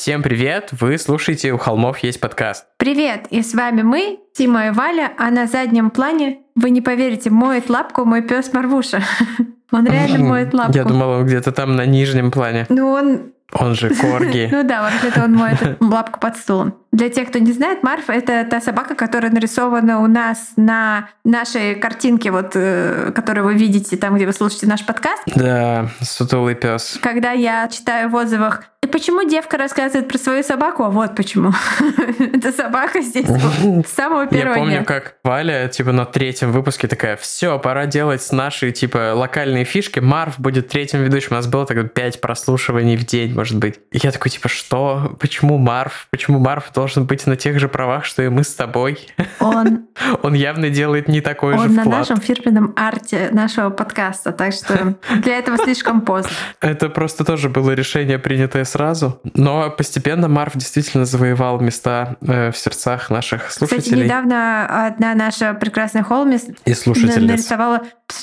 Всем привет! Вы слушаете «У холмов есть подкаст». Привет! И с вами мы, Тима и Валя, а на заднем плане, вы не поверите, моет лапку мой пес Марвуша. Он реально моет лапку. Я думал, он где-то там на нижнем плане. Он же корги. Ну да, вообще-то он моет лапку под стулом. Для тех, кто не знает, Марф — это та собака, которая нарисована у нас на нашей картинке, которую вы видите там, где вы слушаете наш подкаст. Да, сутулый пес. Когда я читаю в отзывах, и почему девка рассказывает про свою собаку, а вот почему. Эта собака здесь с самого первого дня. Я помню, как Валя, на 3-м выпуске такая: все, пора делать наши, локальные фишки. Марф будет 3-м ведущим. У нас было так 5 прослушиваний в день, может быть. И я такой, что? Почему Марф? Почему Марф должен быть на тех же правах, что и мы с тобой? Он явно делает не такой же вклад. Он на нашем фирменном арте нашего подкаста, так что для этого слишком поздно. Это просто тоже было решение, принятое сразу. Но постепенно Марф действительно завоевал места в сердцах наших слушателей. Кстати, недавно одна наша прекрасная холмис нарисовала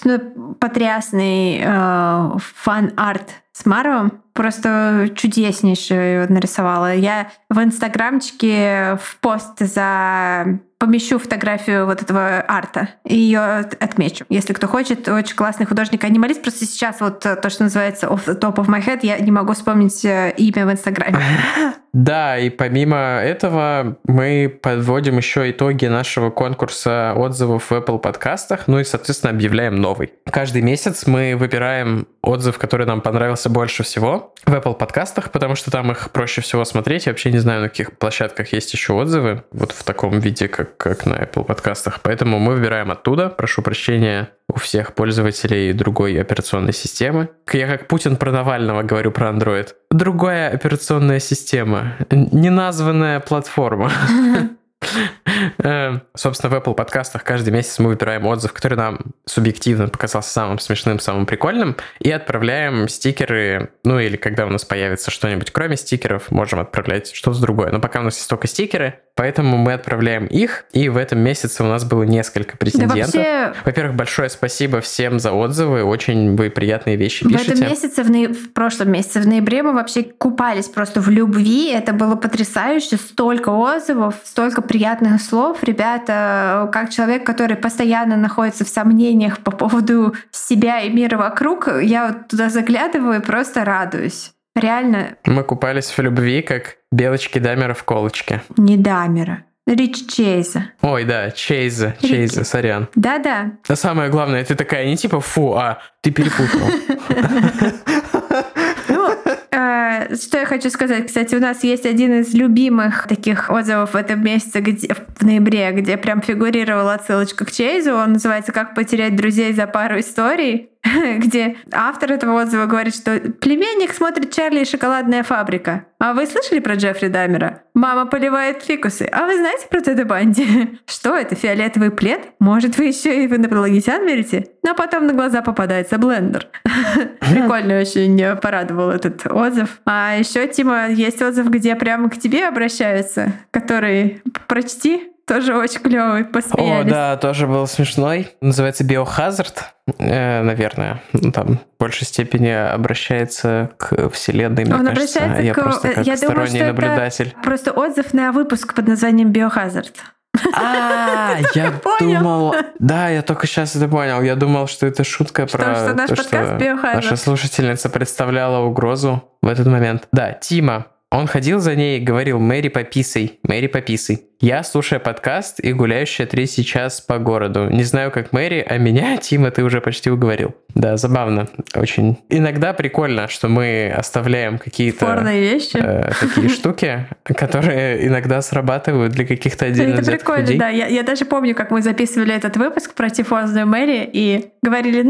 потрясный фан-арт с Марвом. Просто чудеснейшую нарисовала. Я в инстаграмчике в пост помещу фотографию этого арта и ее отмечу. Если кто хочет, очень классный художник-анималист. Просто сейчас то, что называется off the top of my head, я не могу вспомнить имя в инстаграме. Да, и помимо этого мы подводим еще итоги нашего конкурса отзывов в Apple подкастах, и, соответственно, объявляем новый. Каждый месяц мы выбираем отзыв, который нам понравился больше всего в Apple подкастах, потому что там их проще всего смотреть. Я вообще не знаю, на каких площадках есть еще отзывы в таком виде, как на Apple подкастах. Поэтому мы выбираем оттуда. Прошу прощения у всех пользователей другой операционной системы. Я как Путин про Навального говорю про Android. Другая операционная система. Неназванная платформа. Собственно, в Apple подкастах каждый месяц мы выбираем отзыв, который нам субъективно показался самым смешным, самым прикольным, и отправляем стикеры, или когда у нас появится что-нибудь кроме стикеров, можем отправлять что-то другое. Но пока у нас есть только стикеры, поэтому мы отправляем их, и в этом месяце у нас было несколько претендентов. Да, Во-первых, большое спасибо всем за отзывы, очень вы приятные вещи пишете. В этом месяце, в прошлом месяце, в ноябре, мы вообще купались просто в любви, это было потрясающе, столько отзывов, столько приятных слов. Ребята, как человек, который постоянно находится в сомнениях по поводу себя и мира вокруг, я туда заглядываю и просто радуюсь. Реально. Мы купались в любви, как белочки Дамера в колочке. Не Дамера. Рич Чейза. Ой, да, Чейза, сорян. Да-да. А самое главное, ты такая не фу, а ты перепутала. Что я хочу сказать? Кстати, у нас есть один из любимых таких отзывов в этом месяце, в ноябре, где прям фигурировала отсылочка к Чейзу. Он называется «Как потерять друзей за пару историй», где автор этого отзыва говорит, что племянник смотрит «Чарли и шоколадная фабрика». А вы слышали про Джеффри Даммера? Мама поливает фикусы. А вы знаете про Теда Банди? Что это, фиолетовый плед? Может, вы еще и в инопланетян верите? Но потом на глаза попадается блендер. Прикольно очень порадовал этот отзыв. А еще, Тима, есть отзыв, где прямо к тебе обращаются, который «Прочти». Тоже очень клевый, посмеялись. О, да, тоже был смешной. Называется «Биохазард», наверное. Там в большей степени обращается к вселенной, мне кажется. Я просто как сторонний наблюдатель. Это просто отзыв на выпуск под названием «Биохазард». Я думал... Да, я только сейчас это понял. Я думал, что это шутка про наш то, подкаст «Биохазард». Наша слушательница представляла угрозу в этот момент. Да, Тима. Он ходил за ней и говорил: «Мэри, пописай, Мэри, пописай». Я, слушая подкаст и гуляющая 3 час по городу. Не знаю, как Мэри, а меня, Тима, ты уже почти уговорил. Да, забавно очень. Иногда прикольно, что мы оставляем какие-то вещи. Такие штуки, которые иногда срабатывают для каких-то отдельно взятых прикольно, людей. Да. Я даже помню, как мы записывали этот выпуск про тифозную Мэри и говорили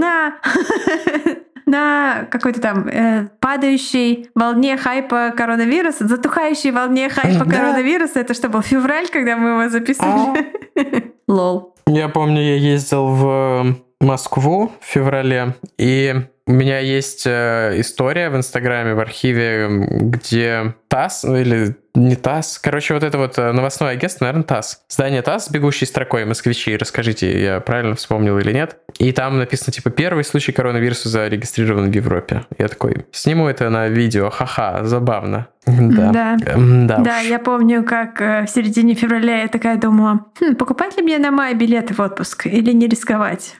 на какой-то там падающей волне хайпа коронавируса, затухающей волне хайпа коронавируса. Это что, был февраль, когда мы его записывали? Лол. Я помню, я ездил в Москву в феврале, и у меня есть история в Инстаграме, в архиве, где ТАСС, или не ТАСС. Короче, вот это вот новостное агентство, наверное, ТАСС. Здание ТАСС с бегущей строкой «Москвичи». Расскажите, я правильно вспомнил или нет? И там написано, типа, первый случай коронавируса зарегистрирован в Европе. Я такой, сниму это на видео, ха-ха, забавно. Да. Да, я помню, как в середине февраля я такая думала, покупать ли мне на май билеты в отпуск или не рисковать?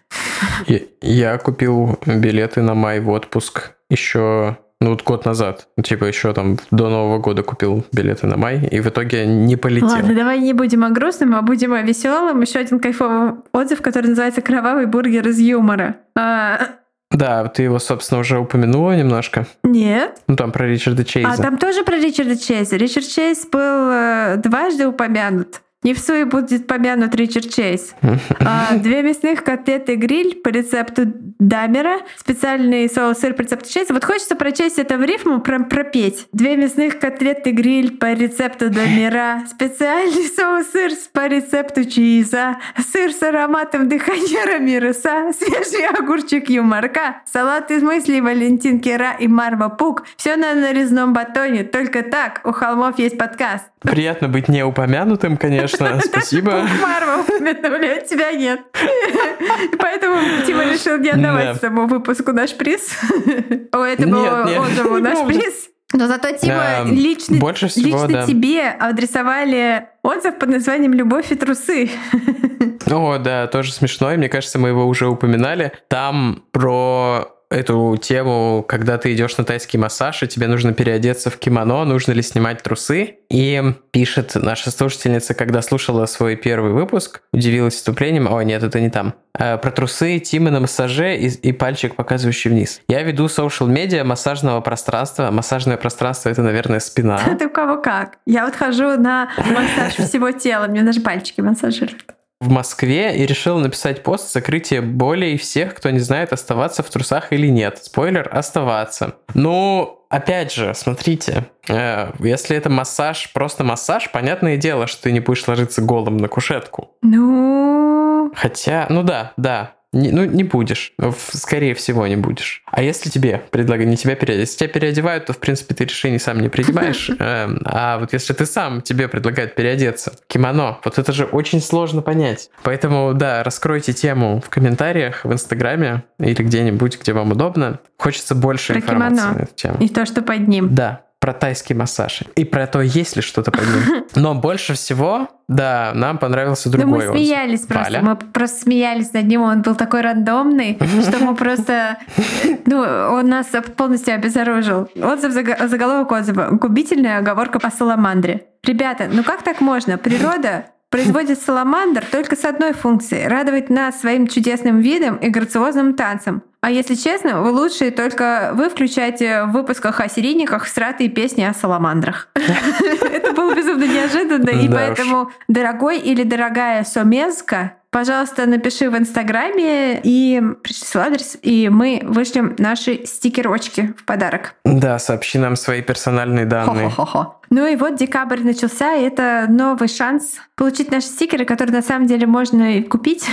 Я купил билеты на май в отпуск еще, вот год назад. Типа еще там до Нового года купил билеты на май, и в итоге не полетел. Ладно, давай не будем о грустном, а будем о веселом. Еще один кайфовый отзыв, который называется «Кровавый бургер из юмора». Да, ты его, собственно, уже упомянула немножко. Нет. Ну, там про Ричарда Чейза. Там тоже про Ричарда Чейза. Ричард Чейз был дважды упомянут. Не в суе будет помянут Ричард Чейз. 2 мясных котлеты гриль по рецепту Дамера, специальный соус-сыр по рецепту Чейза. Вот хочется прочесть это в рифму, прям пропеть. 2 мясных котлеты гриль по рецепту Дамера, специальный соус-сыр по рецепту Чейза, сыр с ароматом дыхания Рамиреса, свежий огурчик юморка, салат из мыслей Валентин Кера и Марва Пук. Все на нарезном батоне. Только так у холмов есть подкаст. Приятно быть не упомянутым, конечно. Спасибо. Марва упомянули, а тебя нет. Поэтому Тима решил не отдавать этому выпуску наш приз. Этому отзыву наш приз. Но зато, Тима, лично тебе адресовали отзыв под названием «Любовь и трусы». О, да, тоже смешной. Мне кажется, мы его уже упоминали. Там про эту тему, когда ты идешь на тайский массаж, и тебе нужно переодеться в кимоно, нужно ли снимать трусы. И пишет наша слушательница, когда слушала свой первый выпуск, удивилась вступлением. Ой, нет, это не там. Про трусы Тимы на массаже и пальчик, показывающий вниз. Я веду соушал-медиа массажного пространства. Массажное пространство — это, наверное, спина. Это у кого как. Я вот хожу на массаж всего тела, мне даже пальчики массажируют. В Москве и решил написать пост «Закрытие болей всех, кто не знает, оставаться в трусах или нет». Спойлер – оставаться. Ну, опять же, смотрите, если это массаж, просто массаж, понятное дело, что ты не будешь ложиться голым на кушетку. Хотя, да. Не будешь. Скорее всего, не будешь. А если тебе предлагают, не тебя переодевать? Если тебя переодевают, то, в принципе, ты решение сам не принимаешь. А вот если ты сам, тебе предлагают переодеться в кимоно, вот это же очень сложно понять. Поэтому, да, раскройте тему в комментариях, в Инстаграме или где-нибудь, где вам удобно. Хочется больше информации на эту тему. И то, что под ним. Да. Про тайский массаж. И про то, есть ли что-то под ним. Но больше всего, да, нам понравился другой отзыв. Мы смеялись просто. Мы просто смеялись над ним. Он был такой рандомный, что мы просто... он нас полностью обезоружил. Заголовок отзыва. Губительная оговорка по саламандре. Ребята, как так можно? Природа производит саламандр только с одной функцией — радовать нас своим чудесным видом и грациозным танцем. А если честно, вы лучшие только вы включаете в выпусках о серийниках всратые песни о саламандрах. Это было безумно неожиданно, и поэтому, дорогой или дорогая Сомезка, пожалуйста, напиши в Инстаграме и пришли свой адрес, и мы вышлем наши стикерочки в подарок. Да, сообщи нам свои персональные данные. Хо-хо-хо. Ну и вот декабрь начался, и это новый шанс получить наши стикеры, которые на самом деле можно и купить.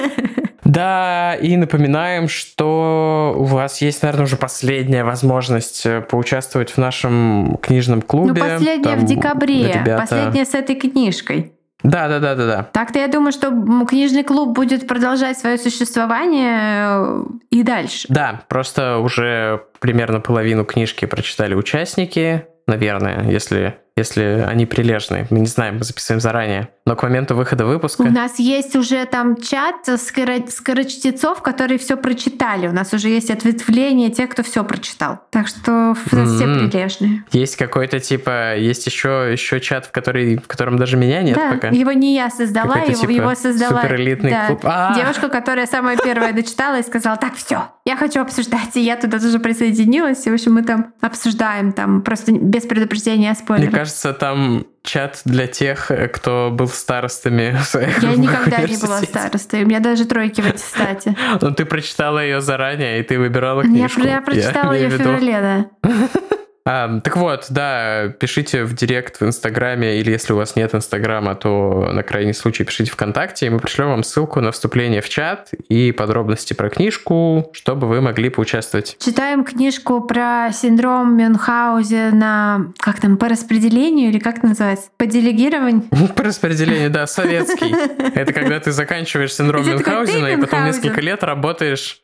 Да, и напоминаем, что у вас есть, наверное, уже последняя возможность поучаствовать в нашем книжном клубе. Последняя в декабре, последняя с этой книжкой. Да. Так-то я думаю, что книжный клуб будет продолжать свое существование и дальше. Да, просто уже примерно половину книжки прочитали участники, наверное, если они прилежные. Мы не знаем, мы записываем заранее. Но к моменту выхода выпуска... У нас есть уже там чат скорочтецов, которые все прочитали. У нас уже есть ответвление тех, кто все прочитал. Так что у нас все прилежные. Есть какой-то есть еще чат, в котором даже меня нет пока. Его не я создала, его создала суперэлитный клуб. Девушка, которая самая первая дочитала и сказала: так, все, я хочу обсуждать. И я туда тоже присоединилась. И, в общем, мы там обсуждаем, просто без предупреждения о спойлерах. Мне кажется, там чат для тех, кто был старостами в своих Я никогда не была старостой. У меня даже тройки в аттестате. Но ты прочитала ее заранее, и ты выбирала книжку. Я прочитала ее в феврале, да. Так вот, да, пишите в директ в Инстаграме, или если у вас нет Инстаграма, то на крайний случай пишите ВКонтакте, и мы пришлем вам ссылку на вступление в чат и подробности про книжку, чтобы вы могли поучаствовать. Читаем книжку про синдром Мюнхгаузена, как там, по распределению или как это называется? По делегированию? По распределению, да, советский. Это когда ты заканчиваешь синдром Мюнхгаузена, и потом несколько лет работаешь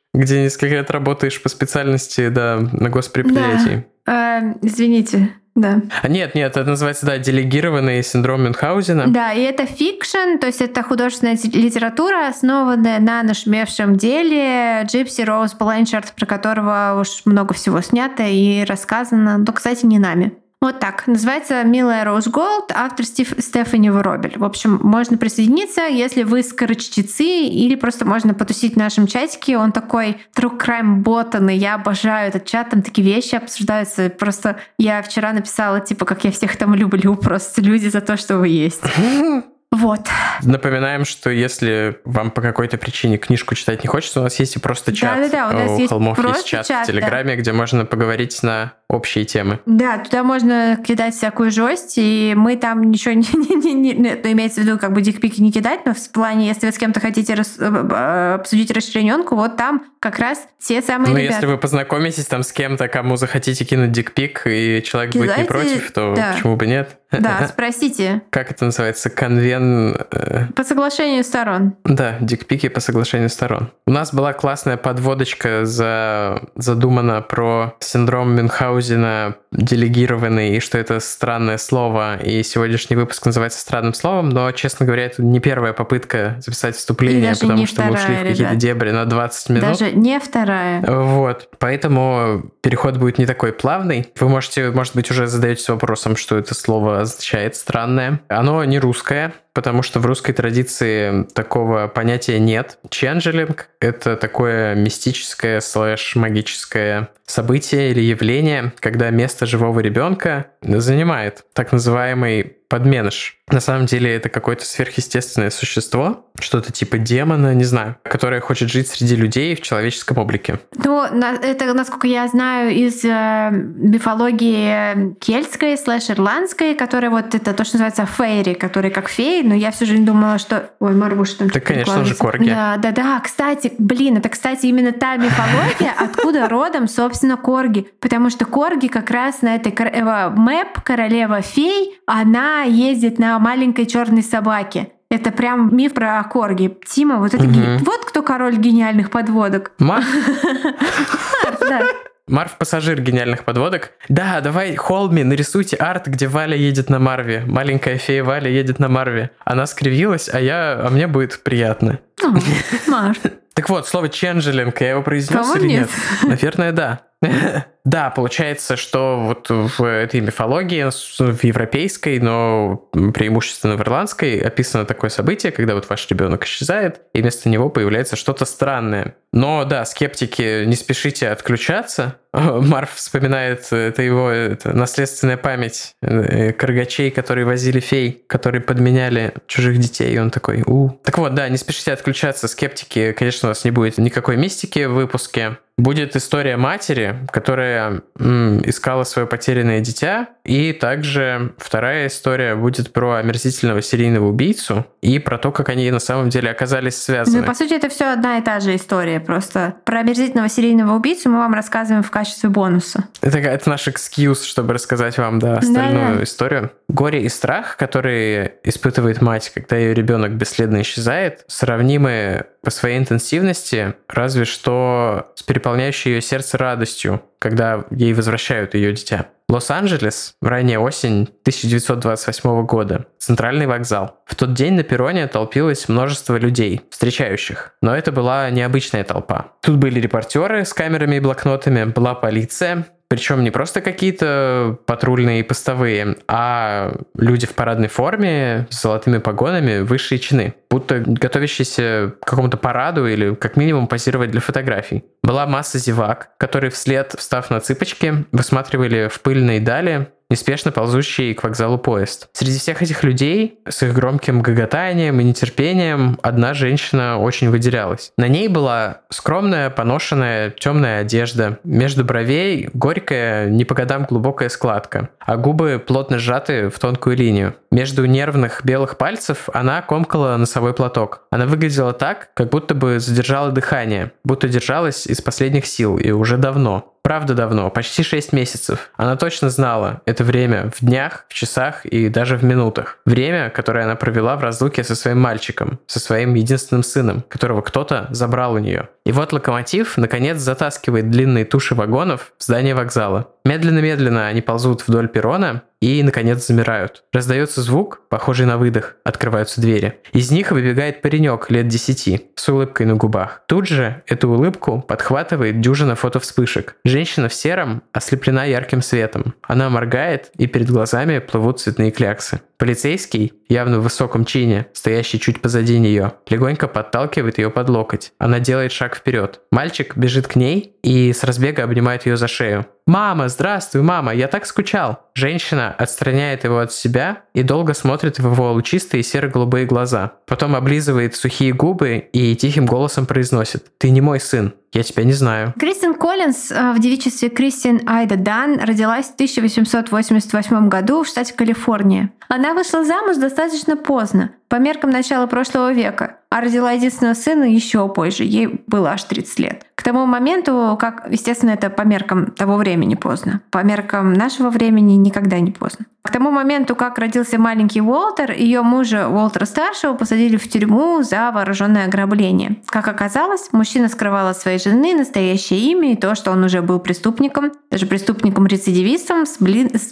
по специальности, да, на госпредприятии. Извините, да. Нет, это называется, да, делегированный синдром Мюнхгаузена. Да, и это фикшн, то есть это художественная литература, основанная на нашумевшем деле Джипси Роуз Бленчард, про которого уж много всего снято и рассказано, но, кстати, не нами. Вот так. Называется «Милая Роуз Голд», автор Стефани Воробель. В общем, можно присоединиться, если вы скорочтецы, или просто можно потусить в нашем чатике. Он такой true crime ботанный. Я обожаю этот чат, там такие вещи обсуждаются. Просто я вчера написала, типа, как я всех там люблю. Просто люди за то, что вы есть. Вот. Напоминаем, что если вам по какой-то причине книжку читать не хочется, у нас есть и просто чат. Да, у нас есть Холмов просто есть чат в Телеграме, да, где можно поговорить на общие темы. Да, туда можно кидать всякую жесть, и мы там ничего не имеется в виду, как бы дикпики не кидать, но в плане, если вы с кем-то хотите обсудить расчлененку, вот там как раз те самые ребята. Если вы познакомитесь там с кем-то, кому захотите кинуть дикпик, и человек будет не против, то почему бы нет? Да, спросите. Как это называется? По соглашению сторон. Да, дикпики по соглашению сторон. У нас была классная подводочка задумана про синдром Мюнхгаузена, делегированный, и что это странное слово, и сегодняшний выпуск называется странным словом, но, честно говоря, это не первая попытка записать вступление, потому что мы ушли в какие-то дебри на 20 минут. Даже не вторая. Вот, поэтому переход будет не такой плавный. Вы можете, может быть, уже задаетесь вопросом, что это слово означает странное. Оно не русское, потому что в русской традиции такого понятия нет. Ченджелинг — это такое мистическое / событие или явление, когда место живого ребенка занимает так называемый подменыш. На самом деле это какое-то сверхъестественное существо, что-то типа демона, не знаю, которое хочет жить среди людей в человеческом облике. Ну, это, насколько я знаю, из мифологии кельтской / ирландской, которая вот это то, что называется фейри, которые как феи, но я всю жизнь думала, что... Ой, Маргуш там... Да, конечно же, корги. Да, кстати, это именно та мифология, откуда родом, собственно, корги. Потому что корги как раз на этой Мэп, королева фей, она ездит на маленькой черной собаке. Это прям миф про корги. Тима, вот это вот кто король гениальных подводок. Марф? Да. Марф — пассажир гениальных подводок. Да, давай, Холми, нарисуйте арт, где Валя едет на Марве. Маленькая фея Валя едет на Марве. Она скривилась, а мне будет приятно. Марф. Так вот, слово «ченджелинг», я его произнес или нет? Наверное, да. Да, получается, что вот в этой мифологии, в европейской, но преимущественно в ирландской, описано такое событие, когда вот ваш ребенок исчезает, и вместо него появляется что-то странное. Но да, скептики, не спешите отключаться. Марф вспоминает, это его наследственная память каргачей, которые возили фей, которые подменяли чужих детей, и он такой, Так вот, да, не спешите отключаться, скептики, конечно, у нас не будет никакой мистики в выпуске. Будет история матери, которая искала свое потерянное дитя, и также вторая история будет про омерзительного серийного убийцу и про то, как они на самом деле оказались связаны. Ну, по сути, это все одна и та же история, просто про омерзительного серийного убийцу мы вам рассказываем в качестве бонуса. Это наш экскьюз, чтобы рассказать вам, остальную историю. Горе и страх, которые испытывает мать, когда ее ребенок бесследно исчезает, сравнимы по своей интенсивности, разве что с переполняющей ее сердце радостью, когда ей возвращают ее дитя. Лос-Анджелес, ранняя осень 1928 года. Центральный вокзал. В тот день на перроне толпилось множество людей, встречающих. Но это была необычная толпа. Тут были репортеры с камерами и блокнотами, была полиция, причем не просто какие-то патрульные и постовые, а люди в парадной форме с золотыми погонами, высшие чины, будто готовящиеся к какому-то параду или как минимум позировать для фотографий. Была масса зевак, которые вслед, встав на цыпочки, высматривали в пыльной дали неспешно ползущий к вокзалу поезд. Среди всех этих людей с их громким гоготанием и нетерпением одна женщина очень выделялась. На ней была скромная, поношенная, темная одежда. Между бровей горькая, не по годам глубокая складка, а губы плотно сжаты в тонкую линию. Между нервных белых пальцев она комкала носовой платок. Она выглядела так, как будто бы задержала дыхание, будто держалась из последних сил и уже давно. Правда давно, почти 6 месяцев. Она точно знала это время в днях, в часах и даже в минутах. Время, которое она провела в разлуке со своим мальчиком, со своим единственным сыном, которого кто-то забрал у нее. И вот локомотив, наконец, затаскивает длинные туши вагонов в здание вокзала. Медленно-медленно они ползут вдоль перрона и, наконец, замирают. Раздается звук, похожий на выдох. Открываются двери. Из них выбегает паренек лет 10 с улыбкой на губах. Тут же эту улыбку подхватывает дюжина фотовспышек. Женщина в сером ослеплена ярким светом. Она моргает, и перед глазами плывут цветные кляксы. Полицейский, явно в высоком чине, стоящий чуть позади нее, легонько подталкивает ее под локоть. Она делает шаг вперед. Мальчик бежит к ней и с разбега обнимает ее за шею. «Мама, здравствуй, мама, я так скучал!» Женщина отстраняет его от себя и долго смотрит в его лучистые серо-голубые глаза. Потом облизывает сухие губы и тихим голосом произносит: «Ты не мой сын, я тебя не знаю». Кристин Коллинз в девичестве Кристин Айда Дан родилась в 1888 году в штате Калифорния. Она вышла замуж достаточно поздно, по меркам начала прошлого века, а родила единственного сына еще позже, ей было аж 30 лет. К тому моменту, как, естественно, это по меркам того времени поздно, по меркам нашего времени никогда не поздно. К тому моменту, как родился маленький Уолтер, ее мужа Уолтера-старшего посадили в тюрьму за вооруженное ограбление. Как оказалось, мужчина скрывал от своей жены настоящее имя и то, что он уже был преступником, даже преступником-рецидивистом с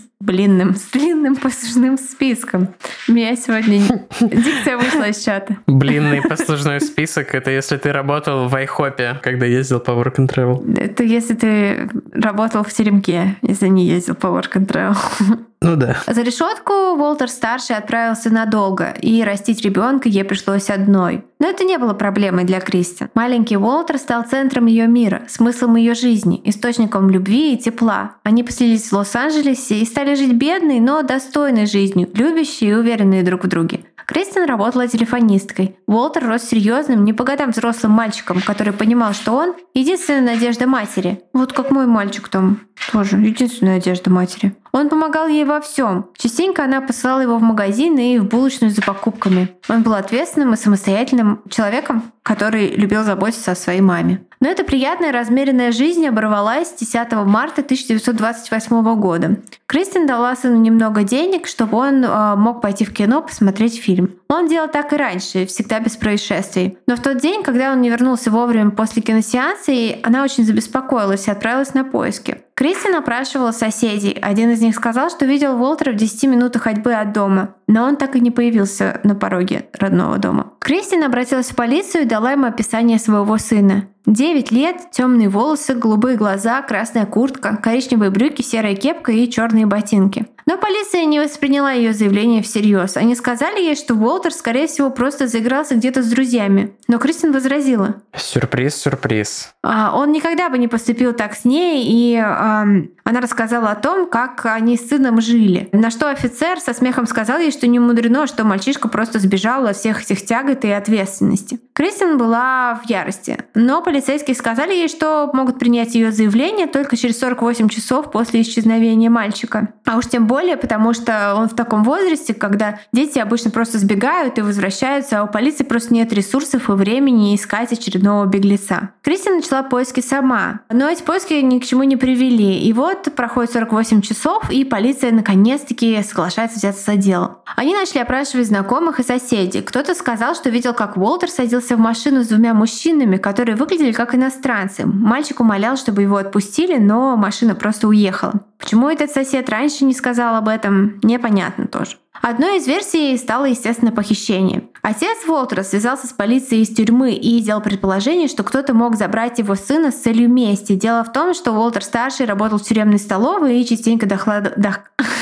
длинным послужным списком. У меня сегодня дикция вышла из чата. Блинный послужной список — это если ты работал в Айхопе, когда ездил по Work and Travel. Это если ты работал в теремке, если не ездил по Work and Travel. Ну да. За решетку Уолтер-старший отправился надолго, и растить ребенка ей пришлось одной. Но это не было проблемой для Кристин. Маленький Уолтер стал центром ее мира, смыслом ее жизни, источником любви и тепла. Они поселились в Лос-Анджелесе и стали жить бедной, но достойной жизнью, любящей и уверенной друг в друге. Кристин работала телефонисткой. Уолтер рос серьезным, не по годам взрослым мальчиком, который понимал, что он — единственная надежда матери. Вот как мой мальчик там тоже единственная надежда матери. Он помогал ей во всем. Частенько она посылала его в магазин и в булочную за покупками. Он был ответственным и самостоятельным человеком, который любил заботиться о своей маме. Но эта приятная размеренная жизнь оборвалась 10 марта 1928 года. Кристин дала сыну немного денег, чтобы он мог пойти в кино посмотреть фильм. Он делал так и раньше, всегда без происшествий. Но в тот день, когда он не вернулся вовремя после киносеанса, она очень забеспокоилась и отправилась на поиски. Кристин опрашивала соседей. Один из них сказал, что видел Уолтера в 10 минутах ходьбы от дома, но он так и не появился на пороге родного дома. Кристин обратилась в полицию и дала им описание своего сына. 9 лет, темные волосы, голубые глаза, красная куртка, коричневые брюки, серая кепка и черные ботинки. Но полиция не восприняла ее заявление всерьез. Они сказали ей, что Уолтер, скорее всего, просто заигрался где-то с друзьями. Но Кристин возразила. Сюрприз, сюрприз. Он никогда бы не поступил так с ней, и она рассказала о том, как они с сыном жили. На что офицер со смехом сказал ей, что не мудрено, что мальчишка просто сбежал от всех этих тягот и ответственности. Кристин была в ярости, но полицейские сказали ей, что могут принять ее заявление только через 48 часов после исчезновения мальчика. А уж тем более, потому что он в таком возрасте, когда дети обычно просто сбегают и возвращаются, а у полиции просто нет ресурсов и времени искать очередного беглеца. Кристин начала поиски сама, но эти поиски ни к чему не привели. И вот проходит 48 часов, и полиция наконец-таки соглашается взяться за дело. Они начали опрашивать знакомых и соседей. Кто-то сказал, что видел, как Уолтер садился в машину с двумя мужчинами, которые выглядели как иностранцы. Мальчик умолял, чтобы его отпустили, но машина просто уехала. Почему этот сосед раньше не сказал об этом, непонятно тоже. Одной из версий стало, естественно, похищение. Отец Уолтера связался с полицией из тюрьмы и сделал предположение, что кто-то мог забрать его сына с целью мести. Дело в том, что Уолтер-старший работал в тюремной столовой и частенько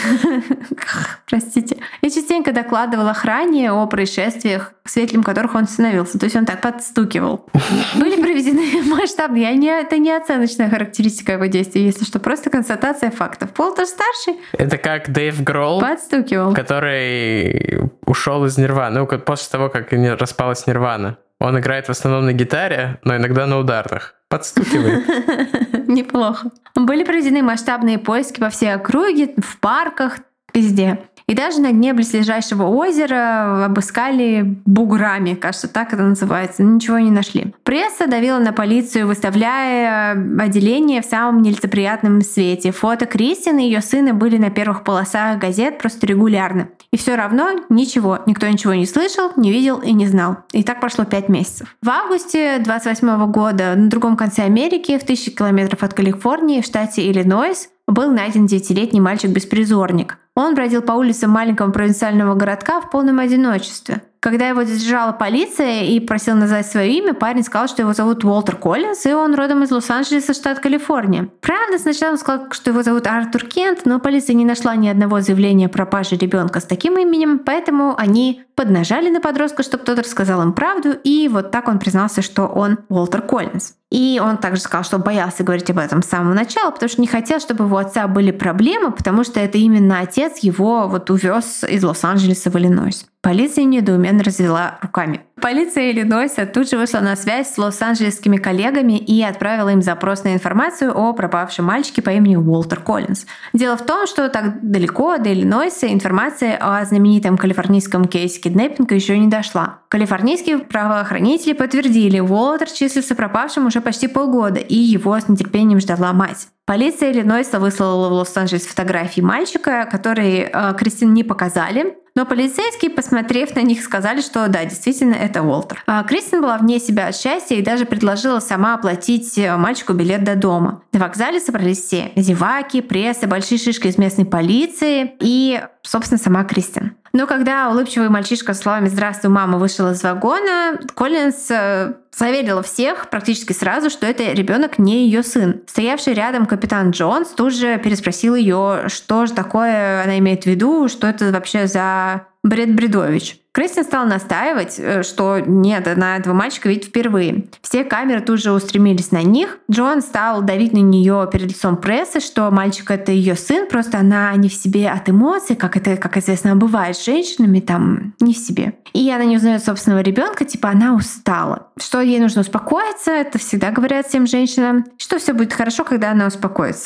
Простите. И частенько докладывал охране о происшествиях, свидетелем которых он становился. То есть он так подстукивал. Были проведены масштабные, это не оценочная характеристика его действий, если что, просто констатация фактов. Уолтер-старший Это как Дэйв Гролл, подстукивал. который ушел из Нирваны. Ну, после того, как распалась Нирвана. Он играет в основном на гитаре, но иногда на ударных. Подстукивает. Неплохо. Были проведены масштабные поиски по всей округе, в парках, везде. И даже на дне близлежащего озера обыскали буграми, кажется, так это называется, ничего не нашли. Пресса давила на полицию, выставляя отделение в самом нелицеприятном свете. Фото Кристин и ее сына были на первых полосах газет просто регулярно. И все равно ничего, никто ничего не слышал, не видел и не знал. И так прошло 5 месяцев. В августе 28 года на другом конце Америки, в 1000 километров от Калифорнии, в штате Иллинойс, был найден 9-летний мальчик-беспризорник. Он бродил по улицам маленького провинциального городка в полном одиночестве. Когда его задержала полиция и просил назвать свое имя, парень сказал, что его зовут Уолтер Коллинз, и он родом из Лос-Анджелеса, штат Калифорния. Правда, сначала он сказал, что его зовут Артур Кент, но полиция не нашла ни одного заявления о пропаже ребенка с таким именем, поэтому они поднажали на подростка, чтобы кто-то рассказал им правду, и вот так он признался, что он Уолтер Коллинз. И он также сказал, что боялся говорить об этом с самого начала, потому что не хотел, чтобы у его отца были проблемы, потому что это именно отец его увез из Лос-Анджелеса в Иллинойс. Полиция недоуменно развела руками. Полиция Иллинойса тут же вышла на связь с лос-анджелесскими коллегами и отправила им запрос на информацию о пропавшем мальчике по имени Уолтер Коллинз. Дело в том, что так далеко до Иллинойса информация о знаменитом калифорнийском кейсе киднеппинга еще не дошла. Калифорнийские правоохранители подтвердили, Уолтер числился пропавшим уже почти полгода, и его с нетерпением ждала мать. Полиция Иллинойса выслала в Лос-Анджелес фотографии мальчика, которые Кристин не показали, но полицейские, посмотрев на них, сказали, что да, действительно, это Уолтер. Кристин была вне себя от счастья и даже предложила сама оплатить мальчику билет до дома. На вокзале собрались все: зеваки, пресса, большие шишки из местной полиции и, собственно, сама Кристин. Но когда улыбчивый мальчишка с словами «Здравствуй, мама» вышел из вагона, Коллинз заверила всех практически сразу, что это ребенок не ее сын. Стоявший рядом капитан Джонс тут же переспросил ее, что же такое она имеет в виду, что это вообще за бред-бредович. Кристин стала настаивать, что нет, она этого мальчика видит впервые. Все камеры тут же устремились на них. Джон стал давить на нее перед лицом прессы, что мальчик — это ее сын, просто она не в себе от эмоций, как это, как известно, бывает с женщинами, там, не в себе. И она не узнает собственного ребенка, типа она устала. Что ей нужно успокоиться, это всегда говорят всем женщинам, что все будет хорошо, когда она успокоится.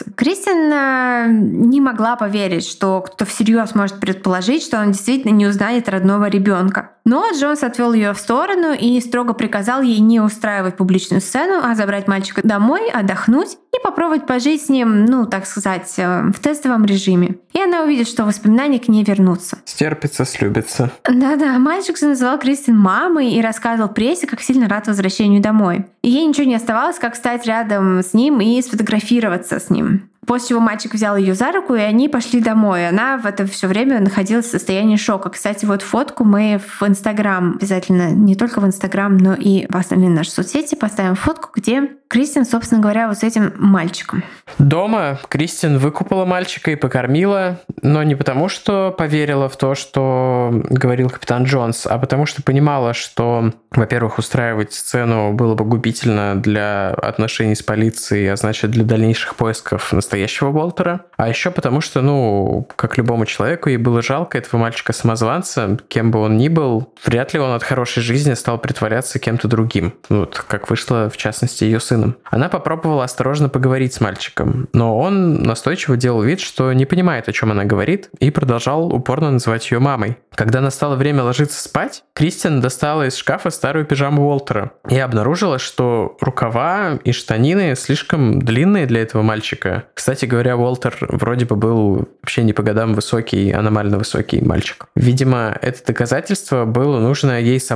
Кристин не могла поверить, что кто-то всерьез может предположить, что она действительно не узнает родного ребенка. Но Джонс отвел ее в сторону и строго приказал ей не устраивать публичную сцену, а забрать мальчика домой, отдохнуть и попробовать пожить с ним, так сказать, в тестовом режиме. И она увидит, что воспоминания к ней вернутся. Стерпится, слюбится. Да-да, мальчик называл Кристин мамой и рассказывал прессе, как сильно рад возвращению домой. И ей ничего не оставалось, как стать рядом с ним и сфотографироваться с ним. После чего мальчик взял ее за руку, и они пошли домой. Она в это все время находилась в состоянии шока. Кстати, вот фотку мы в Инстаграм, обязательно не только в Инстаграм, но и в остальные наши соцсети поставим фотку, где Кристин, собственно говоря, вот с этим мальчиком. Дома Кристин выкупала мальчика и покормила, но не потому, что поверила в то, что говорил капитан Джонс, а потому что понимала, что, во-первых, устраивать сцену было бы губительно для отношений с полицией, а значит, для дальнейших поисков настоящего Уолтера. А еще потому, что, как любому человеку, ей было жалко этого мальчика-самозванца, кем бы он ни был, вряд ли он от хорошей жизни стал притворяться кем-то другим. Вот как вышло, в частности, ее сыном. Она попробовала осторожно поговорить с мальчиком, но он настойчиво делал вид, что не понимает, о чем она говорит, и продолжал упорно называть ее мамой. Когда настало время ложиться спать, Кристин достала из шкафа старую пижаму Уолтера и обнаружила, что рукава и штанины слишком длинные для этого мальчика. Кстати говоря, Уолтер вроде бы был вообще не по годам высокий, аномально высокий мальчик. Видимо, это доказательство было нужно ей самой,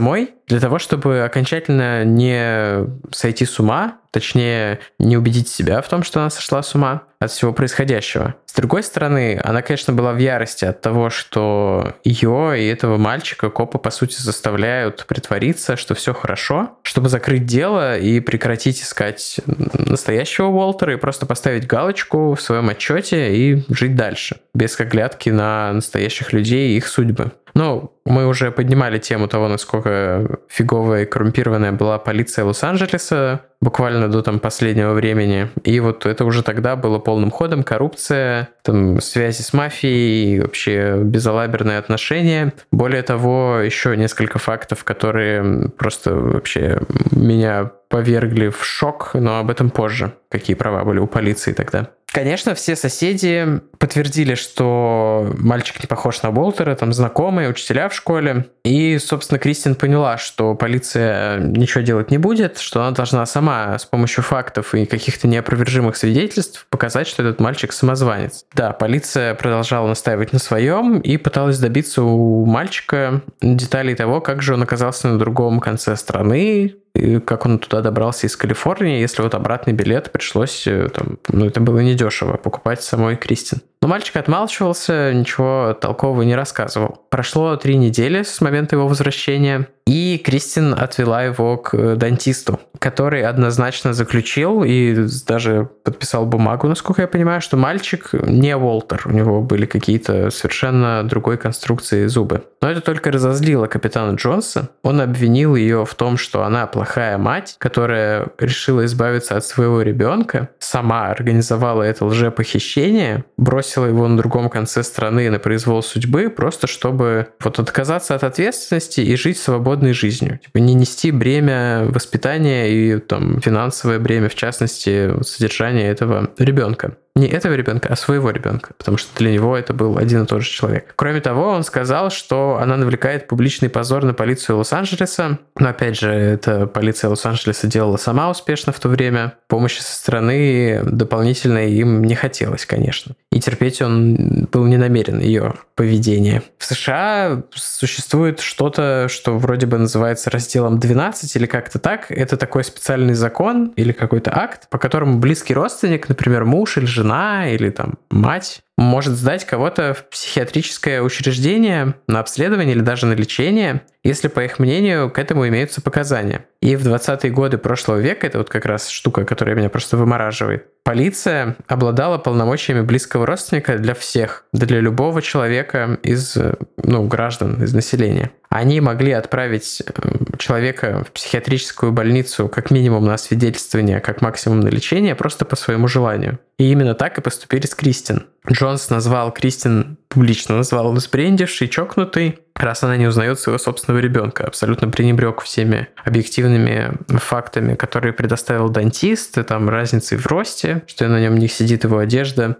Для того, чтобы окончательно не сойти с ума, точнее, не убедить себя в том, что она сошла с ума от всего происходящего. С другой стороны, она, конечно, была в ярости от того, что ее и этого мальчика копы, по сути, заставляют притвориться, что все хорошо, чтобы закрыть дело и прекратить искать настоящего Уолтера и просто поставить галочку в своем отчете и жить дальше, без оглядки на настоящих людей и их судьбы. Ну, мы уже поднимали тему того, насколько фиговая и коррумпированная была полиция Лос-Анджелеса буквально до последнего времени. И вот это уже тогда было полным ходом: коррупция, связи с мафией, вообще безалаберные отношения. Более того, еще несколько фактов, которые просто вообще меня повергли в шок, но об этом позже. Какие права были у полиции тогда. Конечно, все соседи подтвердили, что мальчик не похож на Уолтера, знакомые, учителя в школе. И, собственно, Кристин поняла, что полиция ничего делать не будет, что она должна сама с помощью фактов и каких-то неопровержимых свидетельств показать, что этот мальчик самозванец. Да, полиция продолжала настаивать на своем и пыталась добиться у мальчика деталей того, как же он оказался на другом конце страны, и как он туда добрался из Калифорнии, если обратный билет пришлось, это было недешево, покупать самой Кристин. Но мальчик отмалчивался, ничего толкового не рассказывал. Прошло 3 недели с момента его возвращения, и Кристин отвела его к дантисту, который однозначно заключил и даже подписал бумагу, насколько я понимаю, что мальчик не Уолтер, у него были какие-то совершенно другой конструкции зубы. Но это только разозлило капитана Джонса. Он обвинил ее в том, что она плохая мать, которая решила избавиться от своего ребенка, сама организовала это лжепохищение, бросила его на другом конце страны на произвол судьбы, просто чтобы отказаться от ответственности и жить свободной жизнью. Не нести бремя воспитания и финансовое бремя, в частности, содержания этого ребенка. Не этого ребенка, а своего ребенка, потому что для него это был один и тот же человек. Кроме того, он сказал, что она навлекает публичный позор на полицию Лос-Анджелеса. Но опять же, эта полиция Лос-Анджелеса делала сама успешно в то время. Помощи со стороны дополнительной им не хотелось, конечно. И терпеть он был не намерен, ее поведение. В США существует что-то, что вроде бы называется разделом 12 или как-то так. Это такой специальный закон или какой-то акт, по которому близкий родственник, например, муж или жена или мать, может сдать кого-то в психиатрическое учреждение на обследование или даже на лечение, если, по их мнению, к этому имеются показания. И в 20-е годы прошлого века, это как раз штука, которая меня просто вымораживает, полиция обладала полномочиями близкого родственника для всех, для любого человека из граждан, из населения. Они могли отправить человека в психиатрическую больницу как минимум на освидетельствование, как максимум на лечение, просто по своему желанию. И именно так и поступили с Кристин. Джонс назвал Кристин, публично назвал сбрендившей, чокнутой, раз она не узнает своего собственного ребенка. Абсолютно пренебрег всеми объективными фактами, которые предоставил дантист, разницей в росте, что на нем не сидит его одежда,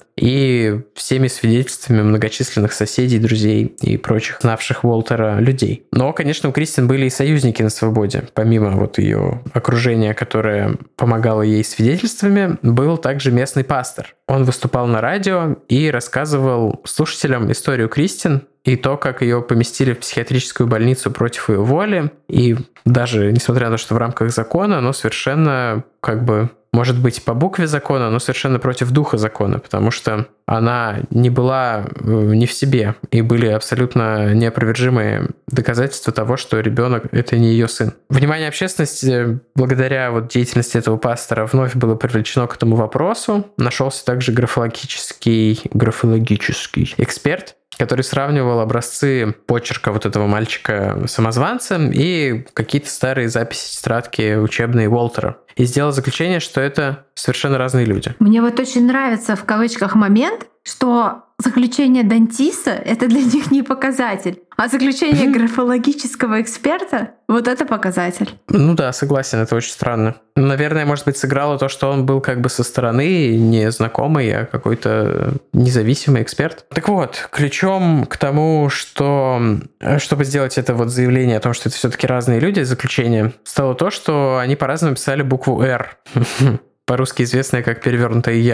и всеми свидетельствами многочисленных соседей, друзей и прочих знавших Уолтера людей. Но, конечно, у Кристин были и союзники на свободе. Помимо ее окружения, которое помогало ей свидетельствами, был также местный пастор. Он выступал на радио и рассказывал слушателям историю Кристин и то, как ее поместили в психиатрическую больницу против ее воли. И даже несмотря на то, что в рамках закона, но совершенно может быть, по букве закона, но совершенно против духа закона, потому что она не была не в себе, и были абсолютно неопровержимые доказательства того, что ребенок — это не ее сын. Внимание общественности, благодаря деятельности этого пастора, вновь было привлечено к этому вопросу. Нашелся также графологический эксперт, который сравнивал образцы почерка этого мальчика-самозванца и какие-то старые записи, тетрадки учебные Уолтера. И сделал заключение, что это совершенно разные люди. Мне очень нравится в кавычках момент, что заключение дантиста — это для них не показатель, а заключение графологического эксперта — это показатель. Да, согласен, это очень странно. Наверное, может быть, сыграло то, что он был со стороны не знакомый, а какой-то независимый эксперт. Так вот, ключом к тому, чтобы сделать это заявление о том, что это все-таки разные люди, заключение, стало то, что они по-разному писали букву «Р», по-русски известная как перевернутое «Я».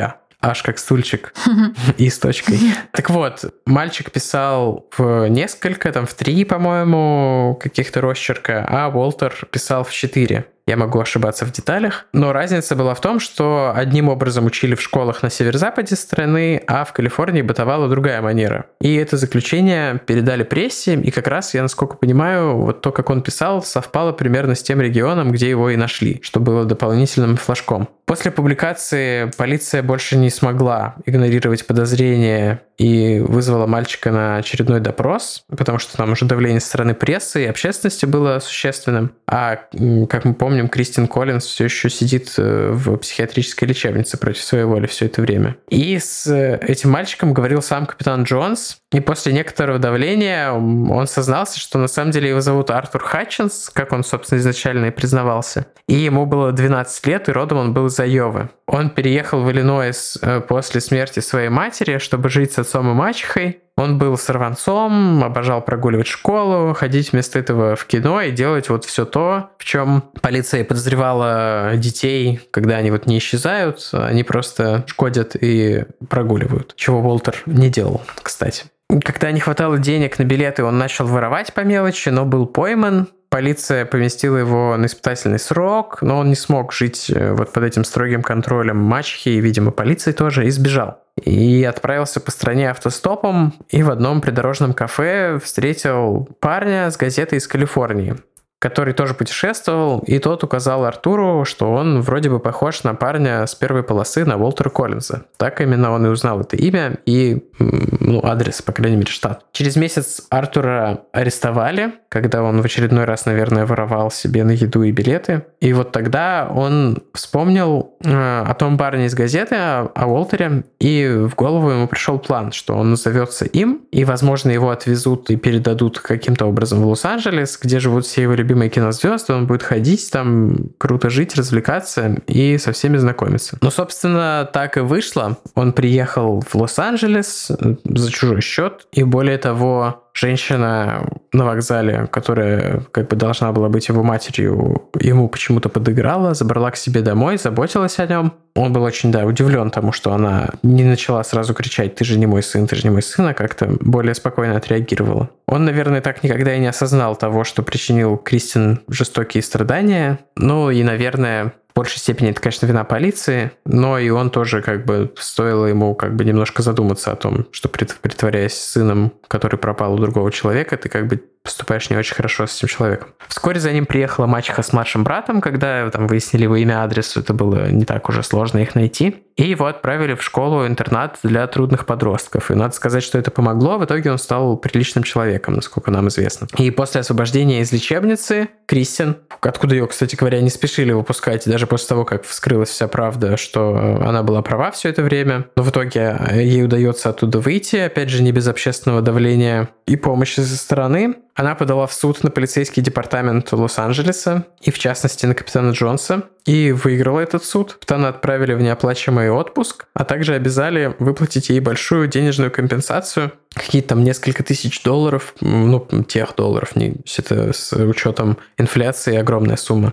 аж как стульчик и с точкой. Так вот, мальчик писал в несколько, в 3, по-моему, каких-то росчерка, а Уолтер писал в 4. Я могу ошибаться в деталях, но разница была в том, что одним образом учили в школах на северо-западе страны, а в Калифорнии бытовала другая манера. И это заключение передали прессе, и как раз, я насколько понимаю, вот то, как он писал, совпало примерно с тем регионом, где его и нашли, что было дополнительным флажком. После публикации полиция больше не смогла игнорировать подозрения и вызвала мальчика на очередной допрос, потому что там уже давление со стороны прессы и общественности было существенным. А, как мы помним, Кристин Коллинз все еще сидит в психиатрической лечебнице против своей воли все это время. И с этим мальчиком говорил сам капитан Джонс, и после некоторого давления он сознался, что на самом деле его зовут Артур Хатчинс, как он, собственно, изначально и признавался. И ему было 12 лет, и родом он был из Айовы. Он переехал в Иллинойс после смерти своей матери, чтобы жить с отцом и мачехой. Он был сорванцом, обожал прогуливать школу, ходить вместо этого в кино и делать вот все то, в чем полиция подозревала детей, когда они вот не исчезают, они просто шкодят и прогуливают, чего Уолтер не делал, кстати. Когда не хватало денег на билеты, он начал воровать по мелочи, но был пойман. Полиция поместила его на испытательный срок, но он не смог жить вот под этим строгим контролем мачехи и, видимо, полиции тоже, и сбежал. И отправился по стране автостопом, и в одном придорожном кафе встретил парня с газетой из Калифорнии, который тоже путешествовал, и тот указал Артуру, что он вроде бы похож на парня с первой полосы, на Уолтера Коллинза. Так именно он и узнал это имя и адрес, по крайней мере, штат. Через месяц Артура арестовали, когда он в очередной раз, наверное, воровал себе на еду и билеты. И вот тогда он вспомнил о том парне из газеты, о Уолтере, и в голову ему пришел план, что он назовется им, и, возможно, его отвезут и передадут каким-то образом в Лос-Анджелес, где живут все его любимые кинозвезды, он будет ходить там, круто жить, развлекаться и со всеми знакомиться. Но, собственно, так и вышло. Он приехал в Лос-Анджелес за чужой счет, и более того, женщина на вокзале, которая как бы должна была быть его матерью, ему почему-то подыграла, забрала к себе домой, заботилась о нем. Он был очень, удивлен тому, что она не начала сразу кричать: «Ты же не мой сын, ты же не мой сын», а как-то более спокойно отреагировала. Он, наверное, так никогда и не осознал того, что причинил Кристин жестокие страдания. Ну и, наверное, в большей степени это, конечно, вина полиции, но и он тоже стоило ему немножко задуматься о том, что, притворяясь сыном, который пропал у другого человека, ты поступаешь не очень хорошо с этим человеком. Вскоре за ним приехала мачеха с младшим братом, когда выяснили его имя, адрес, это было не так уже сложно их найти. И его отправили в школу-интернат для трудных подростков. И надо сказать, что это помогло. В итоге он стал приличным человеком, насколько нам известно. И после освобождения из лечебницы Кристин, откуда ее, кстати говоря, не спешили выпускать, даже после того, как вскрылась вся правда, что она была права все это время. Но в итоге ей удается оттуда выйти, опять же, не без общественного давления и помощи со стороны. Она подала в суд на полицейский департамент Лос-Анджелеса и, в частности, на капитана Джонса, и выиграла этот суд. Капитана отправили в неоплачиваемый отпуск, а также обязали выплатить ей большую денежную компенсацию, какие-то несколько тысяч долларов, тех долларов, это с учетом инфляции огромная сумма.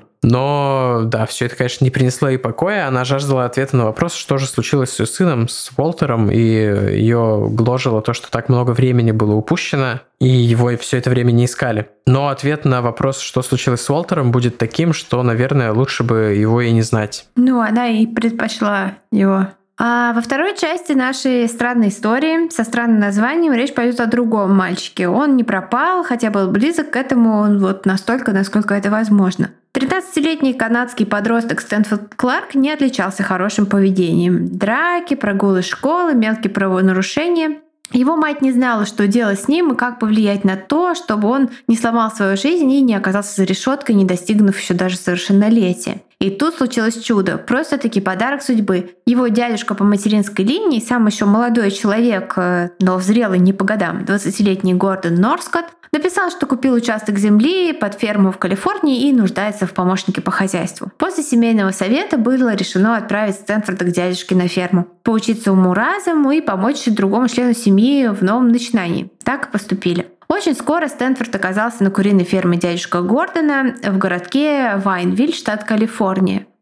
Но, все это, конечно, не принесло ей покоя. Она жаждала ответа на вопрос, что же случилось с ее сыном, с Уолтером, и ее гложило то, что так много времени было упущено, и его все это время не искали. Но ответ на вопрос, что случилось с Уолтером, будет таким, что, наверное, лучше бы его и не знать. Она и предпочла его. А во второй части нашей странной истории со странным названием речь пойдет о другом мальчике. Он не пропал, хотя был близок к этому настолько, насколько это возможно. 13-летний канадский подросток Стэнфорд Кларк не отличался хорошим поведением. Драки, прогулы из школы, мелкие правонарушения. Его мать не знала, что делать с ним и как повлиять на то, чтобы он не сломал свою жизнь и не оказался за решеткой, не достигнув еще даже совершеннолетия. И тут случилось чудо, просто-таки подарок судьбы. Его дядюшка по материнской линии, сам еще молодой человек, но зрелый не по годам, 20-летний Гордон Норскотт, написал, что купил участок земли под ферму в Калифорнии и нуждается в помощнике по хозяйству. После семейного совета было решено отправить Стэнфорда к дядюшке на ферму, поучиться уму-разуму и помочь другому члену семьи в новом начинании. Так и поступили. Очень скоро Стэнфорд оказался на куриной ферме дядюшка Гордона в городке Вайнвиль, штат Калифорния.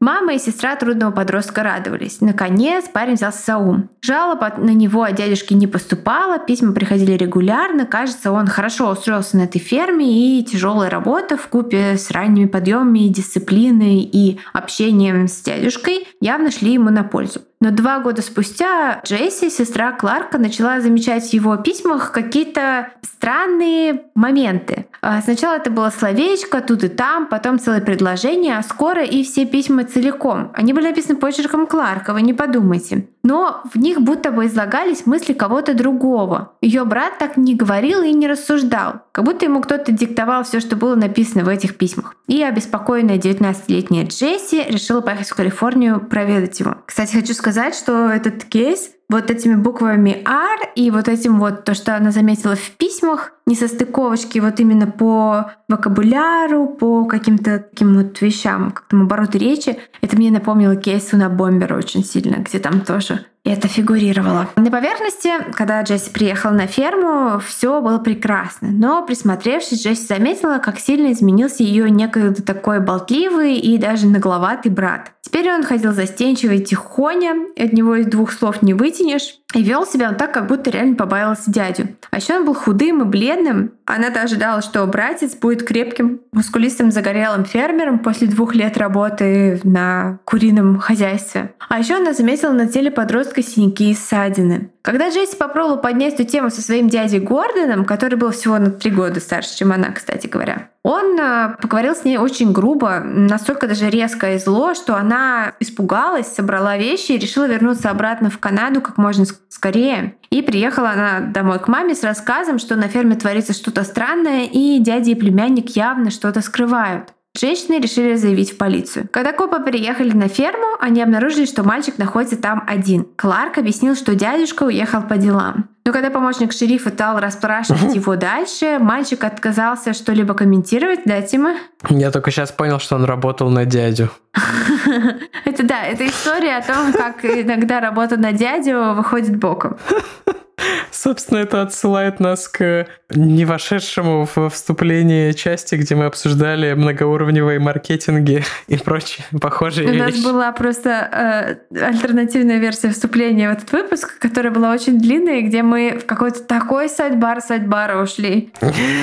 Мама и сестра трудного подростка радовались. Наконец парень взялся за ум. Жалоб на него от дядюшки не поступало, письма приходили регулярно. Кажется, он хорошо устроился на этой ферме, и тяжелая работа вкупе с ранними подъемами, дисциплиной и общением с дядюшкой явно шли ему на пользу. Но 2 года спустя Джесси, сестра Кларка, начала замечать в его письмах какие-то странные моменты. Сначала это было словечко тут и там, потом целое предложение, а скоро и все письма целиком. Они были написаны почерком Кларка, вы не подумайте. Но в них будто бы излагались мысли кого-то другого. Ее брат так не говорил и не рассуждал. Как будто ему кто-то диктовал все, что было написано в этих письмах. И обеспокоенная 19-летняя Джесси решила поехать в Калифорнию проведать его. Кстати, хочу сказать, что этот кейс вот этими буквами R и вот этим вот то, что она заметила в письмах, несостыковочки вот именно по вокабуляру, по каким-то таким вот вещам, как там обороты речи, это мне напомнило кейс Уна Бомбера очень сильно, где там тоже это фигурировало. На поверхности, когда Джесси приехала на ферму, все было прекрасно. Но присмотревшись, Джесси заметила, как сильно изменился ее некогда такой болтливый и даже нагловатый брат. Теперь он ходил застенчиво и тихоня, от него из 2 слов не вытянешь. И вел себя он так, как будто реально побаивался дядю. А еще он был худым и бледным. Она-то ожидала, что братец будет крепким, мускулистым, загорелым фермером после 2 лет работы на курином хозяйстве. А еще она заметила на теле подростка синяки и ссадины. Когда Джесси попробовала поднять эту тему со своим дядей Гордоном, который был всего на 3 года старше, чем она, кстати говоря, он поговорил с ней очень грубо, настолько даже резко и зло, что она испугалась, собрала вещи и решила вернуться обратно в Канаду как можно скорее. И приехала она домой к маме с рассказом, что на ферме творится что-то странное, и дядя и племянник явно что-то скрывают. Женщины решили заявить в полицию. Когда копы приехали на ферму, они обнаружили, что мальчик находится там один. Кларк объяснил, что дядюшка уехал по делам. Но когда помощник шерифа стал расспрашивать его дальше, мальчик отказался что-либо комментировать. Да, Тима? Я только сейчас понял, что он работал на дядю. Это история о том, как иногда работа на дядю выходит боком. Собственно, это отсылает нас к не вошедшему в вступление части, где мы обсуждали многоуровневые маркетинги и прочие похожие вещи. У нас была просто альтернативная версия вступления в этот выпуск, которая была очень длинная, и где мы в какой-то такой сайдбара ушли.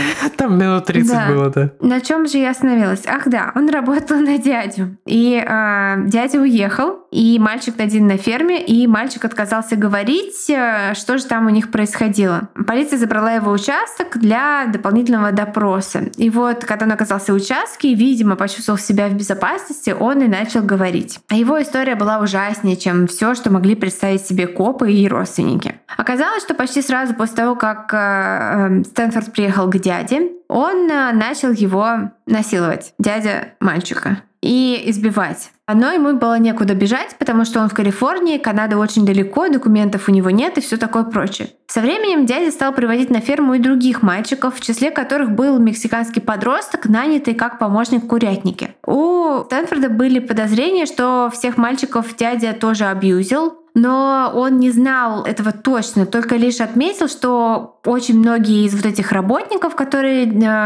Там минут 30 было, да. На чем же я остановилась? Ах да, он работал на дядю. И дядя уехал, и мальчик один на ферме, и мальчик отказался говорить, что же там у них происходило. Полиция забрала его участок для дополнительного допроса. И вот, когда он оказался в участке, видимо, почувствовал себя в безопасности, он и начал говорить. А его история была ужаснее, чем все, что могли представить себе копы и родственники. Оказалось, что почти сразу после того, как Стэнфорд приехал к дяде, он начал его насиловать, дядя мальчика, и избивать. Но ему было некуда бежать, потому что он в Калифорнии, Канада очень далеко, документов у него нет и все такое прочее. Со временем дядя стал приводить на ферму и других мальчиков, в числе которых был мексиканский подросток, нанятый как помощник в курятнике. У Стэнфорда были подозрения, что всех мальчиков дядя тоже абьюзил, но он не знал этого точно, только лишь отметил, что очень многие из вот этих работников, которые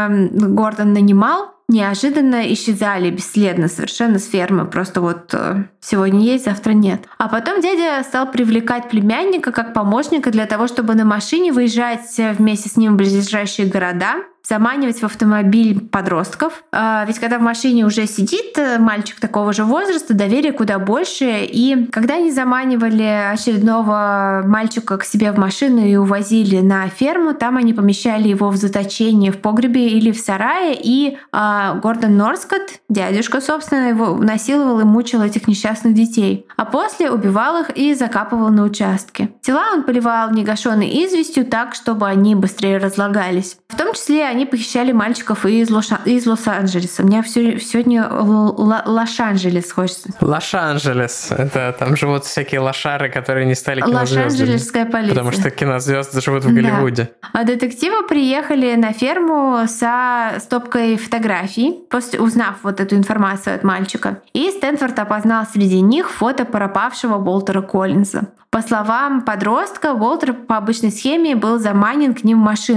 Гордон нанимал, неожиданно исчезали бесследно совершенно с фермы. Просто вот сегодня есть, завтра нет. А потом дядя стал привлекать племянника как помощника для того, чтобы на машине выезжать вместе с ним в близлежащие города, заманивать в автомобиль подростков. Ведь когда в машине уже сидит мальчик такого же возраста, доверие куда больше. И когда они заманивали очередного мальчика к себе в машину и увозили на ферму, там они помещали его в заточение в погребе или в сарае. И Гордон Норскотт, дядюшка, собственно, его насиловал и мучил этих несчастных детей. А после убивал их и закапывал на участке. Тела он поливал негашенной известью так, чтобы они быстрее разлагались. В том числе они похищали мальчиков из Лос-Анджелеса. У меня сегодня Лос-Анджелес хочется. Лос-Анджелес. Это там живут всякие лошары, которые не стали кинозвездами. Лос-Анджелесская полиция. Потому что кинозвезды живут в Голливуде. Да. А детективы приехали на ферму со стопкой фотографий, после узнав вот эту информацию от мальчика. И Стэнфорд опознал среди них фото пропавшего Уолтера Коллинза. По словам подростка, Уолтер по обычной схеме был заманен к ним в машину.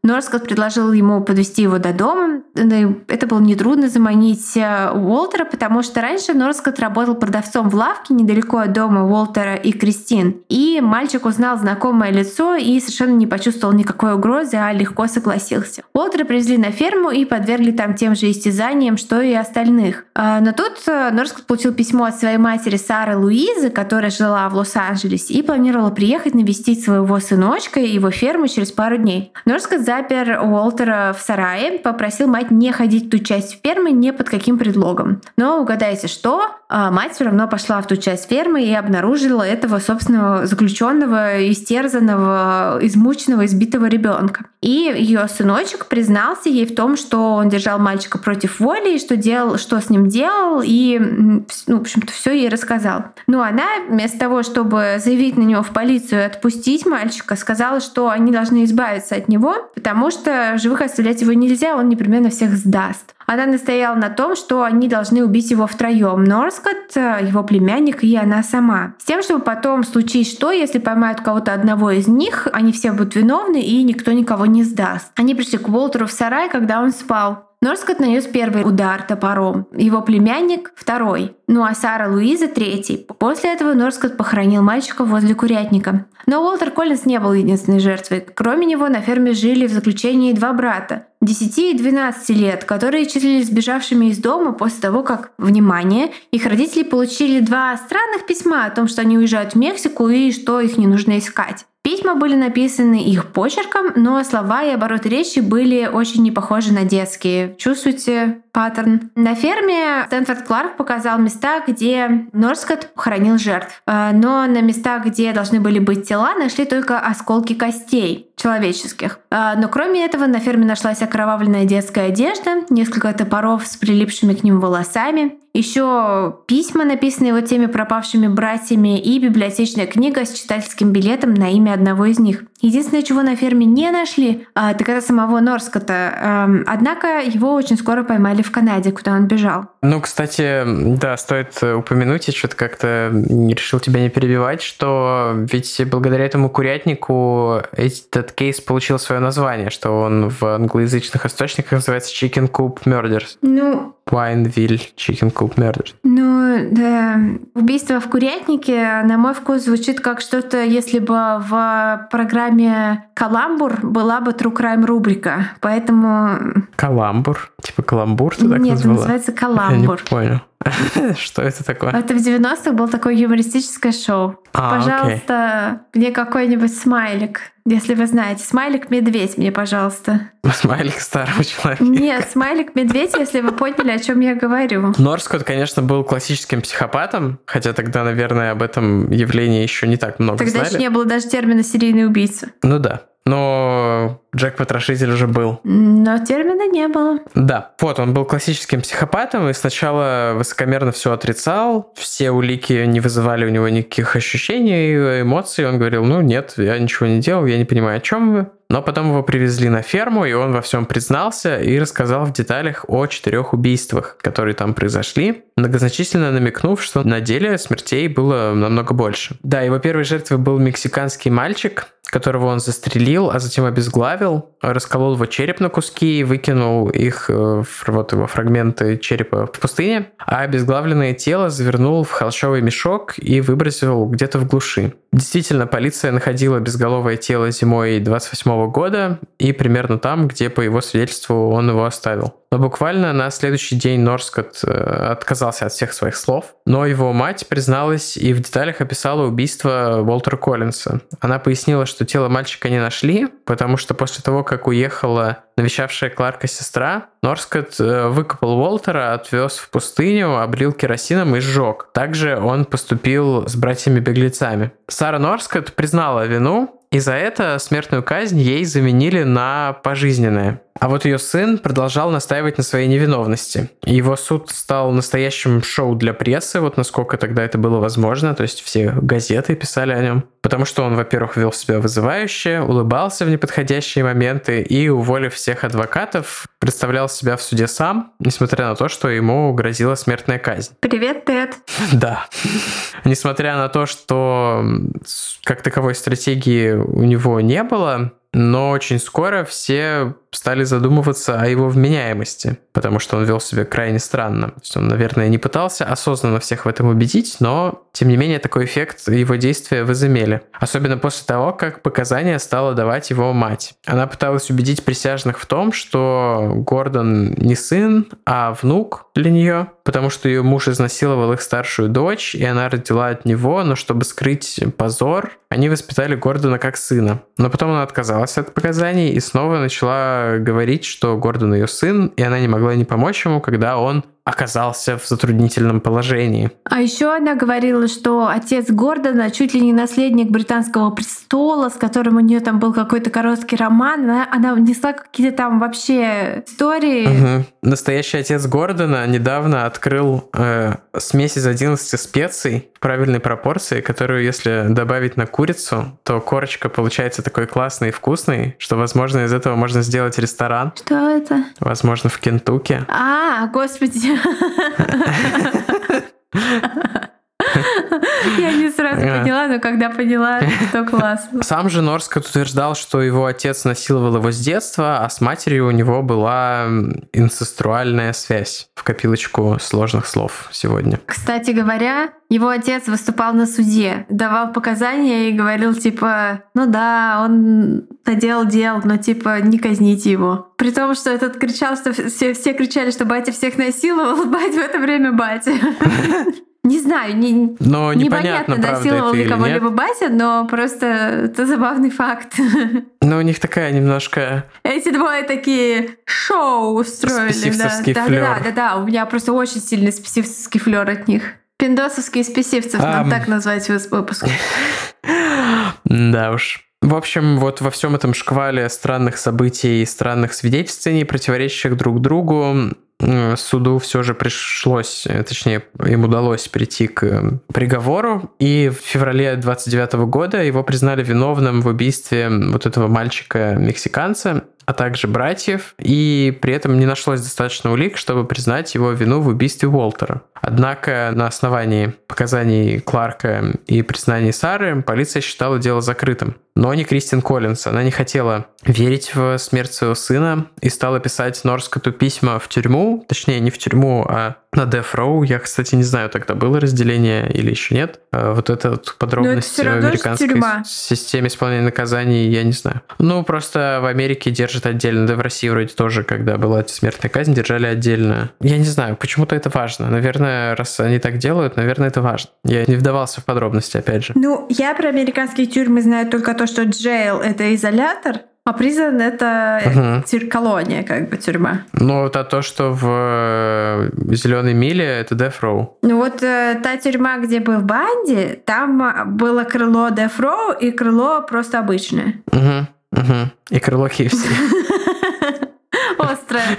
Норскотт предложил ему подвезти его до дома. Это было нетрудно заманить Уолтера, потому что раньше Норскотт работал продавцом в лавке недалеко от дома Уолтера и Кристин. И мальчик узнал знакомое лицо и совершенно не почувствовал никакой угрозы, а легко согласился. Уолтера привезли на ферму и подвергли там тем же истязаниям, что и остальных. Но тут Норскотт получил письмо от своей матери Сары Луизы, которая жила в Лос-Анджелесе и планировала приехать навестить своего сыночка и его ферму через пару дней. Норскотт запер Уолтера в сарае, попросил мать не ходить в ту часть фермы ни под каким предлогом. Но угадайте что? Мать все равно пошла в ту часть фермы и обнаружила этого собственного заключенного, истерзанного, измученного, избитого ребенка. И ее сыночек признался ей в том, что он держал мальчика против воли, и что с ним делал, и, в общем-то, все ей рассказал. Но она, вместо того, чтобы заявить на него в полицию и отпустить мальчика, сказала, что они должны избавиться от него, потому что живых оставлять его нельзя, он непременно всех сдаст. Она настояла на том, что они должны убить его втроем: Норскотт, его племянник и она сама. С тем, чтобы потом, случись что, если поймают кого-то одного из них, они все будут виновны и никто никого не сдаст. Они пришли к Уолтеру в сарай, когда он спал. Норскотт нанес первый удар топором, его племянник — второй, а Сара Луиза — третий. После этого Норскотт похоронил мальчика возле курятника. Но Уолтер Коллинз не был единственной жертвой. Кроме него на ферме жили в заключении 2 брата, 10 и 12 лет, которые числились сбежавшими из дома после того, как, внимание, их родители получили 2 странных письма о том, что они уезжают в Мексику и что их не нужно искать. Письма были написаны их почерком, но слова и обороты речи были очень не похожи на детские. Чувствуете паттерн? На ферме Стэнфорд Кларк показал места, где Норскотт хоронил жертв. Но на местах, где должны были быть тела, нашли только осколки костей человеческих. Но кроме этого на ферме нашлась окровавленная детская одежда, несколько топоров с прилипшими к ним волосами, еще письма, написанные вот теми пропавшими братьями, и библиотечная книга с читательским билетом на имя одного из них. Единственное, чего на ферме не нашли, так это самого Норскотта. Однако его очень скоро поймали в Канаде, куда он бежал. Кстати, да, стоит упомянуть, я что-то как-то решил тебя не перебивать, что ведь благодаря этому курятнику этот кейс получил свое название, что он в англоязычных источниках называется Chicken Coop Murders. Pineville Chicken Coop Murders. Да. Убийство в курятнике, на мой вкус, звучит как что-то, если бы в программе «Каламбур» была бы True Crime рубрика. Поэтому... Каламбур? Типа каламбур ты так назвала? Нет, называется «Каламбур». Я не понял. Что это такое? Это в 90-х было такое юмористическое шоу. Пожалуйста, мне какой-нибудь смайлик, если вы знаете. Смайлик-медведь мне, пожалуйста. Смайлик старого человека. Нет, смайлик-медведь, если вы поняли, о чем я говорю. Норскотт, конечно, был классическим психопатом, хотя тогда, наверное, об этом явлении еще не так много тогда знали. еще не было даже термина «серийный убийца». Да. Но Джек-потрошитель уже был. Но термина не было. Да, он был классическим психопатом и сначала высокомерно все отрицал, все улики не вызывали у него никаких ощущений, эмоций. Он говорил, нет, я ничего не делал, я не понимаю, о чем вы. Но потом его привезли на ферму, и он во всем признался и рассказал в деталях о 4 убийствах, которые там произошли, многозначительно намекнув, что на деле смертей было намного больше. Да, его первой жертвой был мексиканский мальчик, которого он застрелил, а затем обезглавил, расколол его череп на куски и выкинул их, его фрагменты черепа в пустыне, а обезглавленное тело завернул в холщовый мешок и выбросил где-то в глуши. Действительно, полиция находила безголовое тело зимой 28 года и примерно там, где, по его свидетельству, он его оставил. Но буквально на следующий день Норскотт отказался от всех своих слов, но его мать призналась и в деталях описала убийство Уолтера Коллинса. Она пояснила, что тело мальчика не нашли, потому что после того, как уехала навещавшая Кларка сестра, Норскотт выкопал Уолтера, отвез в пустыню, облил керосином и сжег. Также он поступил с братьями-беглецами. Сара Норскотт признала вину, и за это смертную казнь ей заменили на пожизненное. А вот ее сын продолжал настаивать на своей невиновности. Его суд стал настоящим шоу для прессы, насколько тогда это было возможно, то есть все газеты писали о нем. Потому что он, во-первых, вел себя вызывающе, улыбался в неподходящие моменты и, уволив всех адвокатов, представлял себя в суде сам, несмотря на то, что ему грозила смертная казнь. Привет, Тед. Да. Несмотря на то, что как таковой стратегии у него не было, но очень скоро все стали задумываться о его вменяемости, потому что он вел себя крайне странно. То есть он, наверное, не пытался осознанно всех в этом убедить, но, тем не менее, такой эффект его действия возымели. Особенно после того, как показания стала давать его мать. Она пыталась убедить присяжных в том, что Гордон не сын, а внук для нее, потому что ее муж изнасиловал их старшую дочь, и она родила от него, но чтобы скрыть позор, они воспитали Гордона как сына. Но потом она отказалась от показаний и снова начала говорить, что Гордон ее сын, и она не могла не помочь ему, когда он оказался в затруднительном положении. А еще она говорила, что отец Гордона чуть ли не наследник британского престола, с которым у нее там был какой-то короткий роман. Она внесла какие-то там вообще истории. Угу. Настоящий отец Гордона недавно открыл смесь из 11 специй в правильной пропорции, которую, если добавить на курицу, то корочка получается такой классный и вкусный, что, возможно, из этого можно сделать ресторан. Что это? Возможно, в Кентукки. Господи. Я не сразу поняла, но когда поняла, то классно. Сам же Норскотт утверждал, что его отец насиловал его с детства, а с матерью у него была инцестуальная связь. В копилочку сложных слов сегодня. Кстати говоря, его отец выступал на суде, давал показания и говорил, типа, ну да, он наделал дел, но типа не казните его. При том, что этот кричал, что все кричали, что батя всех насиловал, бать в это время батя. Не знаю, но непонятно, насиловал ли кого-либо батя, но просто это забавный факт. Но у них такая немножко... Эти двое такие шоу устроили. Спесивцевский флёр. Да, у меня просто очень сильный спесивцевский флёр от них. Пиндосовские спесивцев, нам так назвать выпуск. Да уж. В общем, вот во всем этом шквале странных событий и странных свидетельствований, противоречащих друг другу, суду все же пришлось, точнее, им удалось прийти к приговору, и в феврале 29 года его признали виновным в убийстве вот этого мальчика-мексиканца, а также братьев, и при этом не нашлось достаточно улик, чтобы признать его вину в убийстве Уолтера. Однако на основании показаний Кларка и признаний Сары полиция считала дело закрытым. Но не Кристин Коллинс. Она не хотела верить в смерть своего сына и стала писать Норскотту письма в тюрьму, точнее не в тюрьму, а на Death Row. Я, кстати, не знаю, тогда было разделение или еще нет. Вот эта вот подробность в американской системе исполнения наказаний, я не знаю. Ну, просто в Америке держат отдельно, да в России вроде тоже, когда была смертная казнь, держали отдельно. Я не знаю, почему-то это важно. Наверное, раз они так делают, наверное, это важно. Я не вдавался в подробности, опять же. Ну, я про американские тюрьмы знаю только то, что jail — это изолятор, а prison — это колония, как бы тюрьма. Ну, вот то, что в «Зеленой миле» — это Death Row. Ну вот та тюрьма, где был Банди, там было крыло Death Row и крыло просто обычное. И крыло KFC. Острое.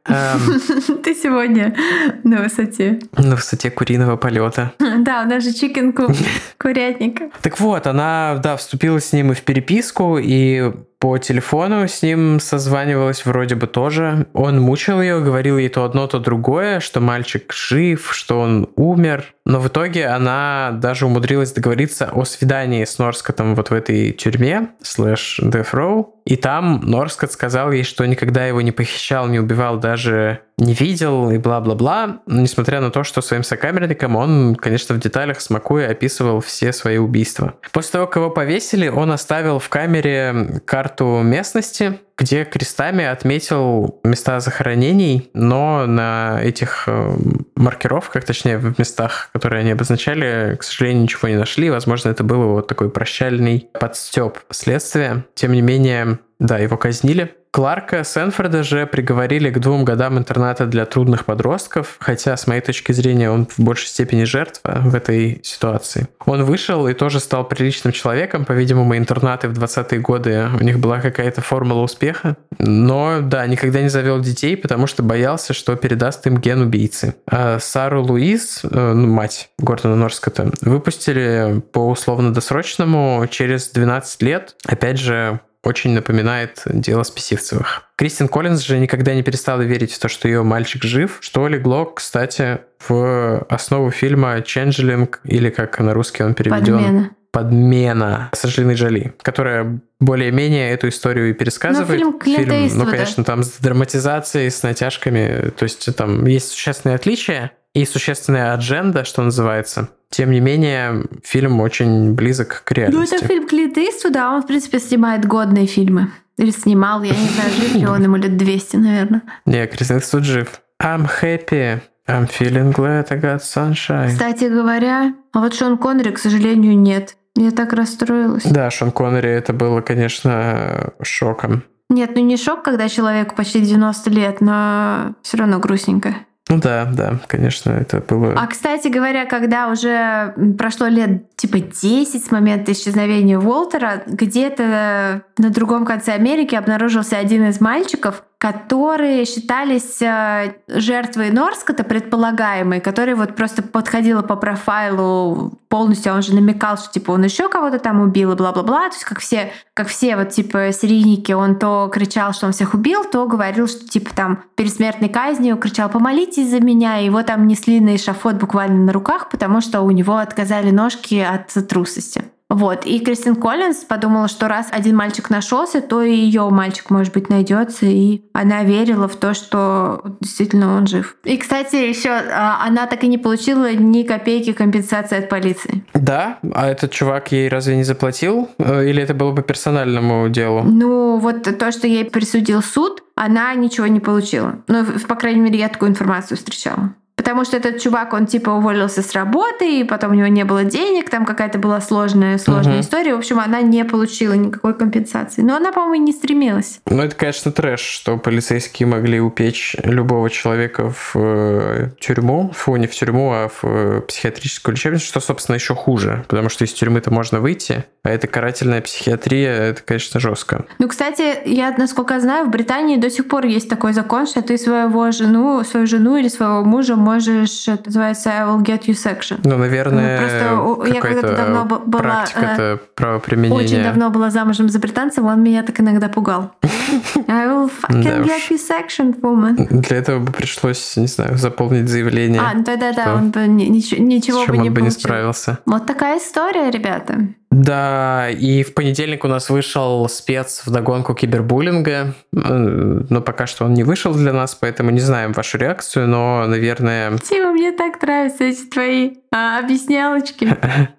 Ты сегодня на высоте. На высоте куриного полета. Да, у нас же чикенку курятника. Так вот, она, да, вступила с ним и в переписку, и по телефону с ним созванивалась вроде бы тоже. Он мучил ее, говорил ей то одно, то другое, что мальчик жив, что он умер. Но в итоге она даже умудрилась договориться о свидании с Норскоттом вот в этой тюрьме, /Death Row. И там Норскотт сказал ей, что никогда его не похищал, не убивал, даже не видел и бла-бла-бла. Но несмотря на то, что своим сокамерникам он, конечно, в деталях смакуя описывал все свои убийства. После того, как его повесили, он оставил в камере карту местности, где крестами отметил места захоронений, но на этих маркировках, точнее в местах, которые они обозначали, к сожалению, ничего не нашли. Возможно, это был вот такой прощальный подстёб следствия. Тем не менее, да, его казнили. Кларка Сэнфорда же приговорили к 2 годам интерната для трудных подростков, хотя, с моей точки зрения, он в большей степени жертва в этой ситуации. Он вышел и тоже стал приличным человеком. По-видимому, интернаты в 20-е годы, у них была какая-то формула успеха. Но, да, никогда не завел детей, потому что боялся, что передаст им ген убийцы. А Сару Луиз, мать Гордона Норскотта, выпустили по условно-досрочному через 12 лет. Опять же, очень напоминает дело Спесивцевых. Кристин Коллинс же никогда не перестала верить в то, что ее мальчик жив, что легло, кстати, в основу фильма «Ченджлинг», или как на русский он переведен. «Подмена» с Анджелиной Джоли, которая более-менее эту историю и пересказывает. Фильм Клинта Иствуда. Конечно, там с драматизацией, с натяжками, то есть там есть существенные отличия и существенная адженда, что называется. Тем не менее, фильм очень близок к реальности. Это фильм Клинта Иствуда, он, в принципе, снимает годные фильмы. Или снимал, я не знаю, жив ли он, ему лет 200, наверное. Не, Клинт Иствуд жив. I'm happy. I'm feeling glad I got sunshine. Кстати говоря, а вот Шон Коннери, к сожалению, нет. Я так расстроилась. Да, Шон Коннери, это было, конечно, шоком. Нет, не шок, когда человеку почти 90 лет, но все равно грустненько. Да, конечно, это было... А, кстати говоря, когда уже прошло лет типа 10 с момента исчезновения Уолтера, где-то на другом конце Америки обнаружился один из мальчиков, которые считались жертвой Норскота, предполагаемой, который вот просто подходила по профайлу полностью, он же намекал, что типа он еще кого-то там убил и бла-бла-бла. То есть как все вот типа серийники, он то кричал, что он всех убил, то говорил, что типа там перед смертной казнью кричал: «Помолитесь за меня», и его там несли на эшафот буквально на руках, потому что у него отказали ножки от трусости. Вот. И Кристин Коллинз подумала, что раз один мальчик нашелся, то и ее мальчик, может быть, найдется. И она верила в то, что действительно он жив. И, кстати, еще она так и не получила ни копейки компенсации от полиции. Да? А этот чувак ей разве не заплатил? Или это было по персональному делу? Ну, вот то, что ей присудил суд, она ничего не получила. Ну, по крайней мере, я такую информацию встречала. Потому что этот чувак, он типа уволился с работы, и потом у него не было денег, там какая-то была сложная история. В общем, она не получила никакой компенсации. Но она, по-моему, и не стремилась. Ну, это, конечно, трэш, что полицейские могли упечь любого человека в тюрьму. Фу, не в тюрьму, а в психиатрическую лечебницу, что, собственно, еще хуже. Потому что из тюрьмы-то можно выйти, а это карательная психиатрия, это, конечно, жестко. Ну, кстати, я, насколько знаю, в Британии до сих пор есть такой закон, что ты свою жену или своего мужа можешь, это называется I will get you section. Ну, наверное, просто я когда-то давно была... Практика-то правоприменения. Очень давно была замужем за британцем, он меня так иногда пугал. I will fucking get you section, woman. Для этого бы пришлось, не знаю, заполнить заявление. Да, он бы ничего бы не он бы не справился. Вот такая история, ребята. Да, и в понедельник у нас вышел спец вдогонку кибербуллинга, но пока что он не вышел для нас, поэтому не знаем вашу реакцию, но, наверное... Тима, мне так нравятся эти твои объяснялочки.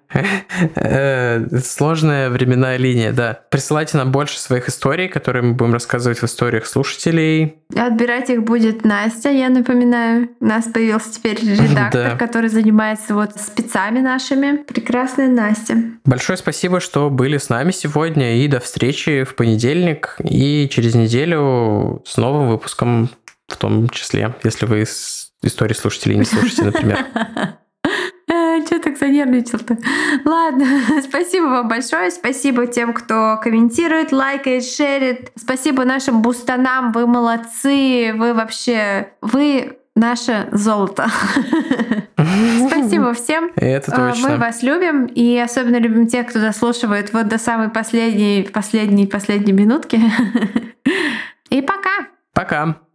Сложная временная линия, да. Присылайте нам больше своих историй, которые мы будем рассказывать в историях слушателей. Отбирать их будет Настя, я напоминаю. У нас появился теперь редактор, который занимается вот спецами нашими. Прекрасная Настя. Большое спасибо, что были с нами сегодня, и до встречи в понедельник и через неделю с новым выпуском, в том числе, если вы истории слушателей не слушаете, например. Чё так занервничал-то? Ладно, спасибо вам большое. Спасибо тем, кто комментирует, лайкает, шерит. Спасибо нашим бустанам. Вы молодцы. Вы наше золото. Спасибо всем. Это точно. Мы вас любим. И особенно любим тех, кто дослушивает вот до самой последней минутки. И пока. Пока.